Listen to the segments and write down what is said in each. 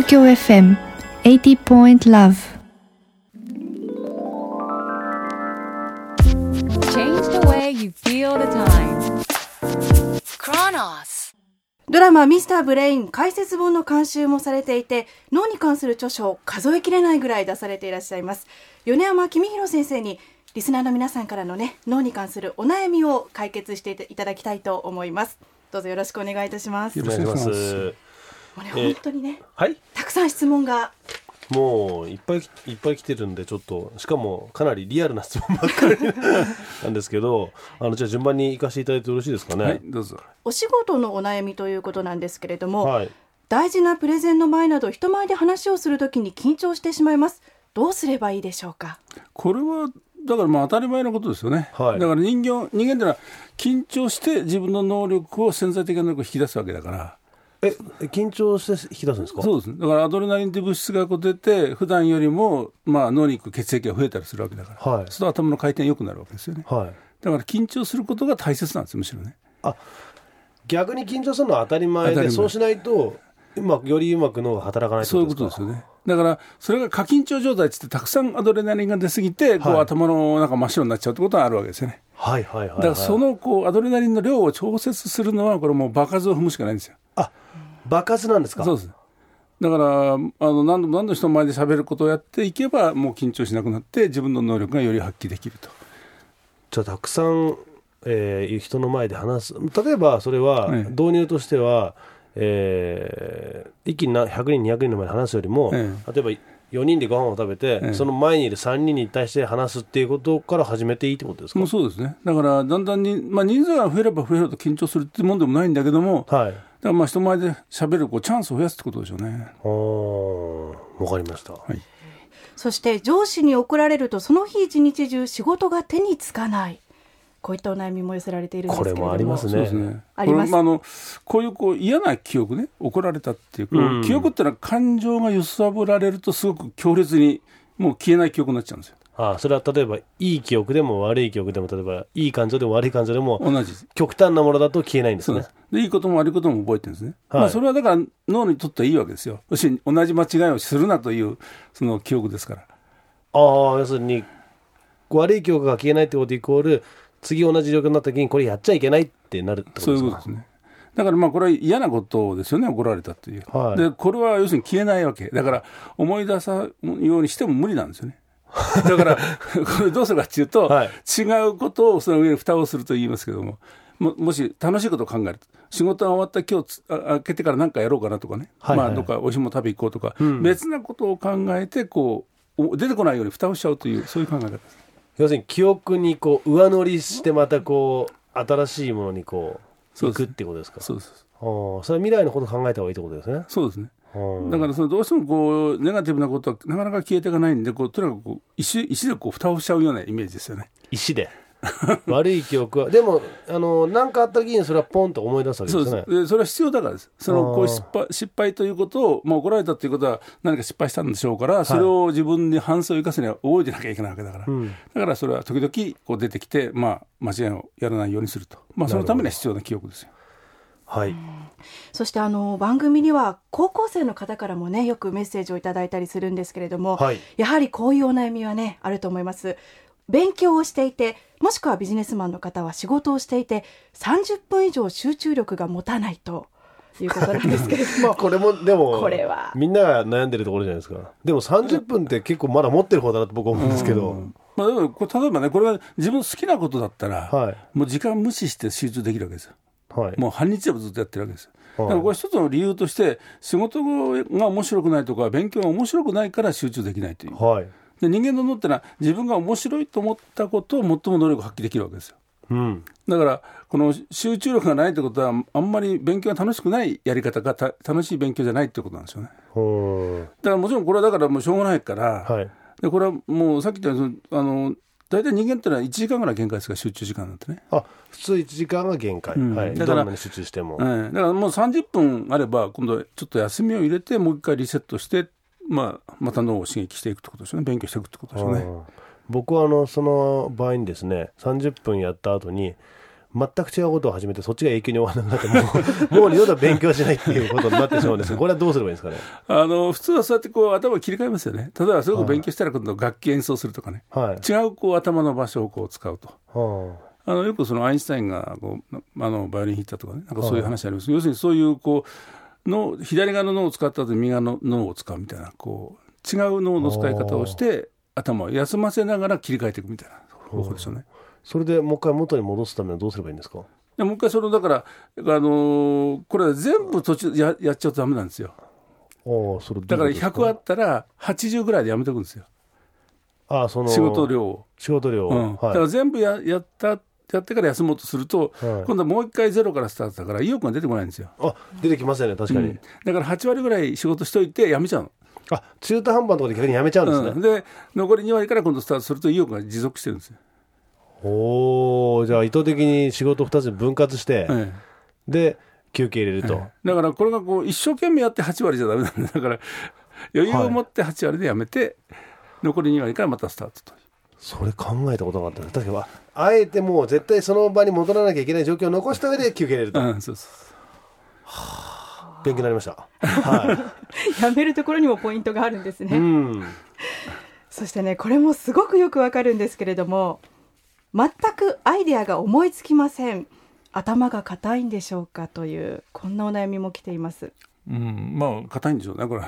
Tokyo FM 80.love Change the way you feel the time. Kronos。 ドラマミスターブレイン解説本の監修もされていて、脳に関する著書を数えきれないぐらい出されていらっしゃいます米山公弘先生に、リスナーの皆さんからのね、脳に関するお悩みを解決していただきたいと思います。どうぞよろしくお願いいたします。 よろしくお願いします。 もうね、本当にね、 はい、 たくさん質問がもういっぱい来てるんで、ちょっとしかもかなりリアルな質問ばっかりなんですけど、じゃあ順番に行かせていただいてよろしいですかね。はい、どうぞ。 お仕事のお悩みということなんですけれども、 はい、 大事なプレゼンの前など人前で話をするときに緊張してしまいます。どうすればいいでしょうか。 これはだから当たり前のことですよね。はい、だから人間というのは緊張して自分の能力を潜在的な能力を引き出すわけだから。 緊張して引き出すんですか。 そうです。だからアドレナリンという物質が出て、普段よりも脳に行く血液が増えたりするわけだから、はい、そうすると頭の回転良くなるわけですよね。はい、だから緊張することが大切なんですよ、むしろね。 逆に緊張するのは当たり前で、そうしないとよりうまく脳が働かないってことですか。 そういうことですよね。だからそれが過緊張状態って言って、たくさんアドレナリンが出すぎて、はい、頭の中真っ白になっちゃうってことがあるわけですよね。はいはいはいはい、だからそのアドレナリンの量を調節するのは、これもう場数を踏むしかないんですよ。 場数なんですか。 そうです。だから何度も人前で喋ることをやっていけば、もう緊張しなくなって自分の能力がより発揮できると。 じゃあたくさん、人の前で話す。例えばそれは導入としては、一気に100人200人の前で話すよりも、例えば4人でご飯を食べて、その前にいる3人に対して話すっていうことから始めていいってことですか。 もうそうですね。だからだんだんに、人数が増えれば増えるほど緊張するってもんでもないんだけども、はい、だから人前で喋るチャンスを増やすってことでしょうね。 わかりました。はい、 そして上司に怒られると、その日一日中仕事が手につかない、こういったお悩みも寄せられているんですけれども。 これもありますね。 そうですね。あります。こういう嫌な記憶ね、怒られたっていう、記憶ってのは感情が揺さぶられるとすごく強烈にもう消えない記憶になっちゃうんですよ。 それは例えばいい記憶でも悪い記憶でも、例えばいい感情でも悪い感情でも同じ極端なものだと消えないんですね。 でいいことも悪いことも覚えてるんですね。はい、それはだから脳にとってはいいわけですよ。要するに同じ間違いをするなというその記憶ですから。 要するに悪い記憶が消えないってことイコール、次同じ状況になった時にこれやっちゃいけないってなるってことですか。 そういうことですね。だからこれは嫌なことですよね、怒られたっていう。はい、でこれは要するに消えないわけだから、思い出さようにしても無理なんですよね。だからこれどうするかっていうと、はい、違うことをその上に蓋をすると言いますけども、もし楽しいことを考える、仕事が終わった今日明けてから何かやろうかなとかね、はいはい、どっかおいしいもの食べ行こうとか、別なことを考えて出てこないように蓋をしちゃうという、そういう考え方です。 要するに記憶に上乗りして、また新しいものに行くってことですか。 そうです。 それは未来のことを考えた方がいいってことですね。 そうですね。だからどうしてもネガティブなことはなかなか消えていかないんで、とにかく石で蓋をしちゃうようなイメージですよね。 石で悪い記憶はでも何かあった時にそれはポンと思い出すわけですね。 そうです。それは必要だからです。こういう失敗ということを、怒られたということは何か失敗したんでしょうから、それを自分に反省を生かすには覚えてなきゃいけないわけだから、だからそれは時々出てきて、間違いをやらないようにすると、そのためには必要な記憶ですよ。 はい。 そして番組には高校生の方からもね、よくメッセージをいただいたりするんですけれども、はい、やはりこういうお悩みはね、あると思います。勉強をしていて、もしくはビジネスマンの方は仕事をしていて30分以上集中力が持たないということなんですけれどもこれもでもこれはみんなが悩んでるところじゃないですか。でも30分って結構まだ持ってる方だなと僕は思うんですけど、 でも例えばね、これが自分好きなことだったら、はい、もう時間無視して集中できるわけですよ。はい、もう半日でもずっとやってるわけです。だからこれ一つの理由として、仕事が面白くないとか勉強が面白くないから集中できないという、はい、で人間の脳ってのは自分が面白いと思ったことを最も能力を発揮できるわけですよ。だからこの集中力がないということは、あんまり勉強が楽しくないやり方が楽しい勉強じゃないということなんですよね。だからもちろんこれはだからもうしょうがないから、はい、でこれはもうさっき言ったように大体人間ってのは1時間ぐらい限界ですから、集中時間なんてね。 普通1時間が限界、はい、だからどんなに集中しても、 だからもう30分あれば今度ちょっと休みを入れてもう一回リセットして、また脳を刺激していくってことですよね。勉強していくってことですよね。 僕はその場合にですね、30分やった後に全く違うことを始めてそっちが永久に終わらなくなってもう二度と勉強しないっていうことになってしまうんですけど、これはどうすればいいんですかね。 普通はそうやってこう頭を切り替えますよね。例えばすごく勉強したら今度楽器演奏するとかね、はい、違うこう頭の場所をこう使うと、よくそのアインシュタインがこうバイオリン弾いたとかね、なんかそういう話あります。要するにそういうこう左側の脳を使った後右側の脳を使うみたいな、こう違う脳の使い方をして頭を休ませながら切り替えていくみたいな方法ですよね。 それでもう一回元に戻すためにはどうすればいいんですか。 もう一回だからこれ全部途中やっちゃうとダメなんですよ。だから100あったら80ぐらいでやめておくんですよ。仕事量を、だから全部やってから休もうとすると、今度はもう一回ゼロからスタートだから意欲が出てこないんですよ。 出てきますよね、確かに、 だから8割ぐらい仕事しといてやめちゃうの。 中途半端のところで逆にやめちゃうんですね。 で残り2割から今度スタートすると意欲が持続してるんですよ。 じゃあ意図的に仕事を2つに分割して、で休憩入れると、 だからこれがこう一生懸命やって8割じゃダメなんで、だから余裕を持って8割でやめて、残り2割からまたスタートと。 それ考えたことなかったです。確かにあえてもう絶対その場に戻らなきゃいけない状況を残した上で休憩入れると、 そう勉強になりました、 やめるところにもポイントがあるんですね。そしてね、これもすごくよくわかるんですけれども、全くアイデアが思いつきません、頭が硬いんでしょうかという、こんなお悩みも来ています。 まあ硬いんでしょうね、これ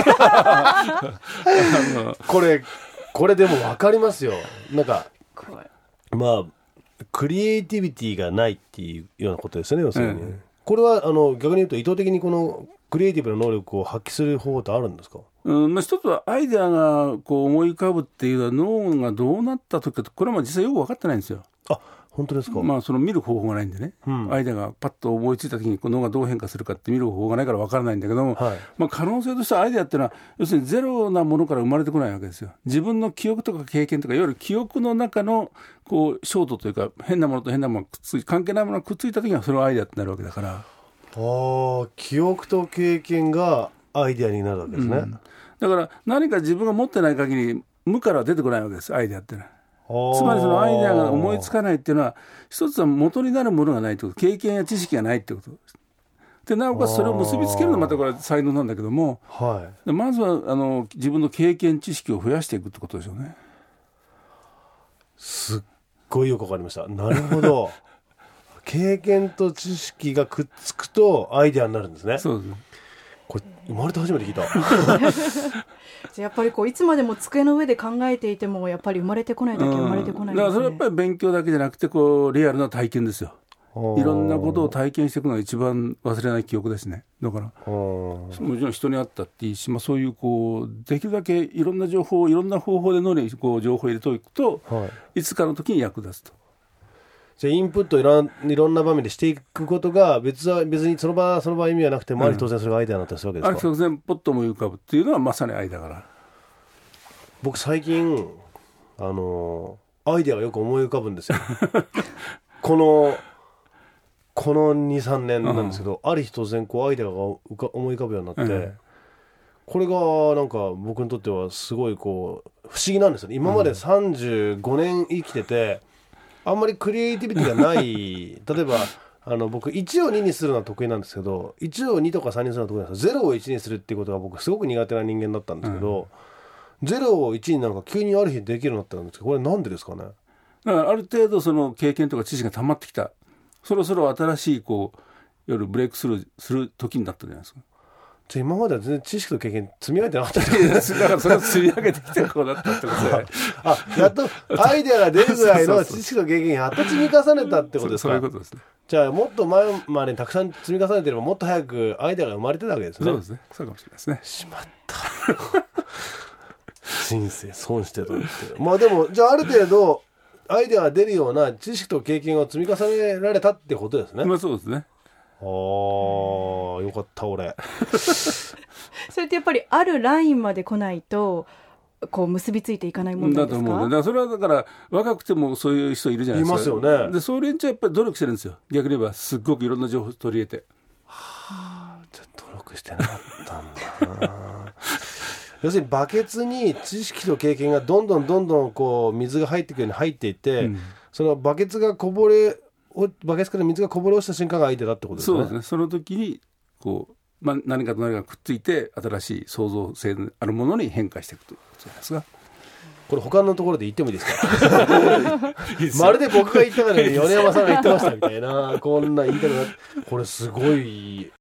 これでも分かりますよ。なんかまあクリエイティビティがないっていうようなことですよね、要するに、これは逆に言うと意図的にこのクリエイティブな能力を発揮する方法ってあるんですか。 一つはアイデアがこう思い浮かぶっていうのは脳がどうなった時か、これは実際よく分かってないんですよ。 本当ですか。 その見る方法がないんでね、アイデアがパッと思いついた時に脳がどう変化するかって見る方法がないから分からないんだけども、可能性としてはアイデアっていうのは要するにゼロなものから生まれてこないわけですよ。自分の記憶とか経験とか、いわゆる記憶の中のこうショートというか、変なものと変なものが関係ないものがくっついた時にはそれはアイデアってなるわけだから。 記憶と経験がアイデアになるわけですね。 だから何か自分が持ってない限り無からは出てこないわけです、アイデアってのは。つまりそのアイデアが思いつかないっていうのは、一つは元になるものがないということ、経験や知識がないってことで、なおかつそれを結びつけるのがまたこれは才能なんだけども、まずは自分の経験知識を増やしていくってことでしょうね。 すっごいよくわかりました。なるほど経験と知識がくっつくとアイデアになるんですね。 そうですね。 これ生まれて初めて聞いたじゃやっぱりいつまでも机の上で考えていてもやっぱり生まれてこないだけ生まれてこないですね。 だからそれはやっぱり勉強だけじゃなくてリアルな体験ですよ。いろんなことを体験していくのが一番忘れない記憶ですね。だからもちろん人に会ったっていいし、そういうできるだけいろんな情報をいろんな方法で脳に情報を入れておくと、いつかの時に役立つと。 じゃあインプットいろんな場面でしていくことが別にその場意味はなくても、ある日当然それがアイデアになったりするわけですか。 ある日当然ポッと思い浮かぶっていうのはまさにアイデアだから。 僕最近アイデアがよく思い浮かぶんですよこの 2,3 年なんですけど、ある日突然アイデアが思い浮かぶようになって、これがなんか僕にとってはすごい不思議なんですよね。今まで35年生きてて、あんまりクリエイティビティがない例えば僕1を2にするのは得意なんですけど、1を2とか3にするのは得意なんですけど、0を1にするっていうことが僕すごく苦手な人間だったんですけど、0を1になるのが急にある日できるようになったんですけど、これなんでですかね。 だからある程度その経験とか知識が溜まってきた、そろそろ新しい夜ブレイクスルーする時になったじゃないですか。 じゃあ今までは全然知識と経験積み上げてなかっただからそれを積み上げてきてこうなったってことでやっとアイデアが出るぐらいの知識と経験やっと積み重ねたってことですか。 そういうことですね。 じゃあもっと前までにたくさん積み重ねてればもっと早くアイデアが生まれてたわけですね。 そうですね。そうかもしれないですね。 しまった人生損してたんですけど、でもじゃあある程度アイデアが出るような知識と経験を積み重ねられたってことですね。 そうですね。 よかった俺それってやっぱりあるラインまで来ないと結びついていかないものなんですか。 だと思うね。だからそれはだから若くてもそういう人いるじゃないですか。 いますよね。 でそういう連中はやっぱり努力してるんですよ。逆に言えばすっごくいろんな情報を取り入れて。 じゃあ努力してなかったんだな要するにバケツに知識と経験がどんどん水が入っていくように入っていって、そのバケツがこぼれバケツから水がこぼれ落ちた瞬間が相手だってことですね。 そうですね。その時にこう、何かと何かくっついて新しい創造性のあるものに変化していくということですが、これ他のところで言ってもいいですかまるで僕が言ったから米山さんが言ってましたみたいなこんな言い方がこれすごい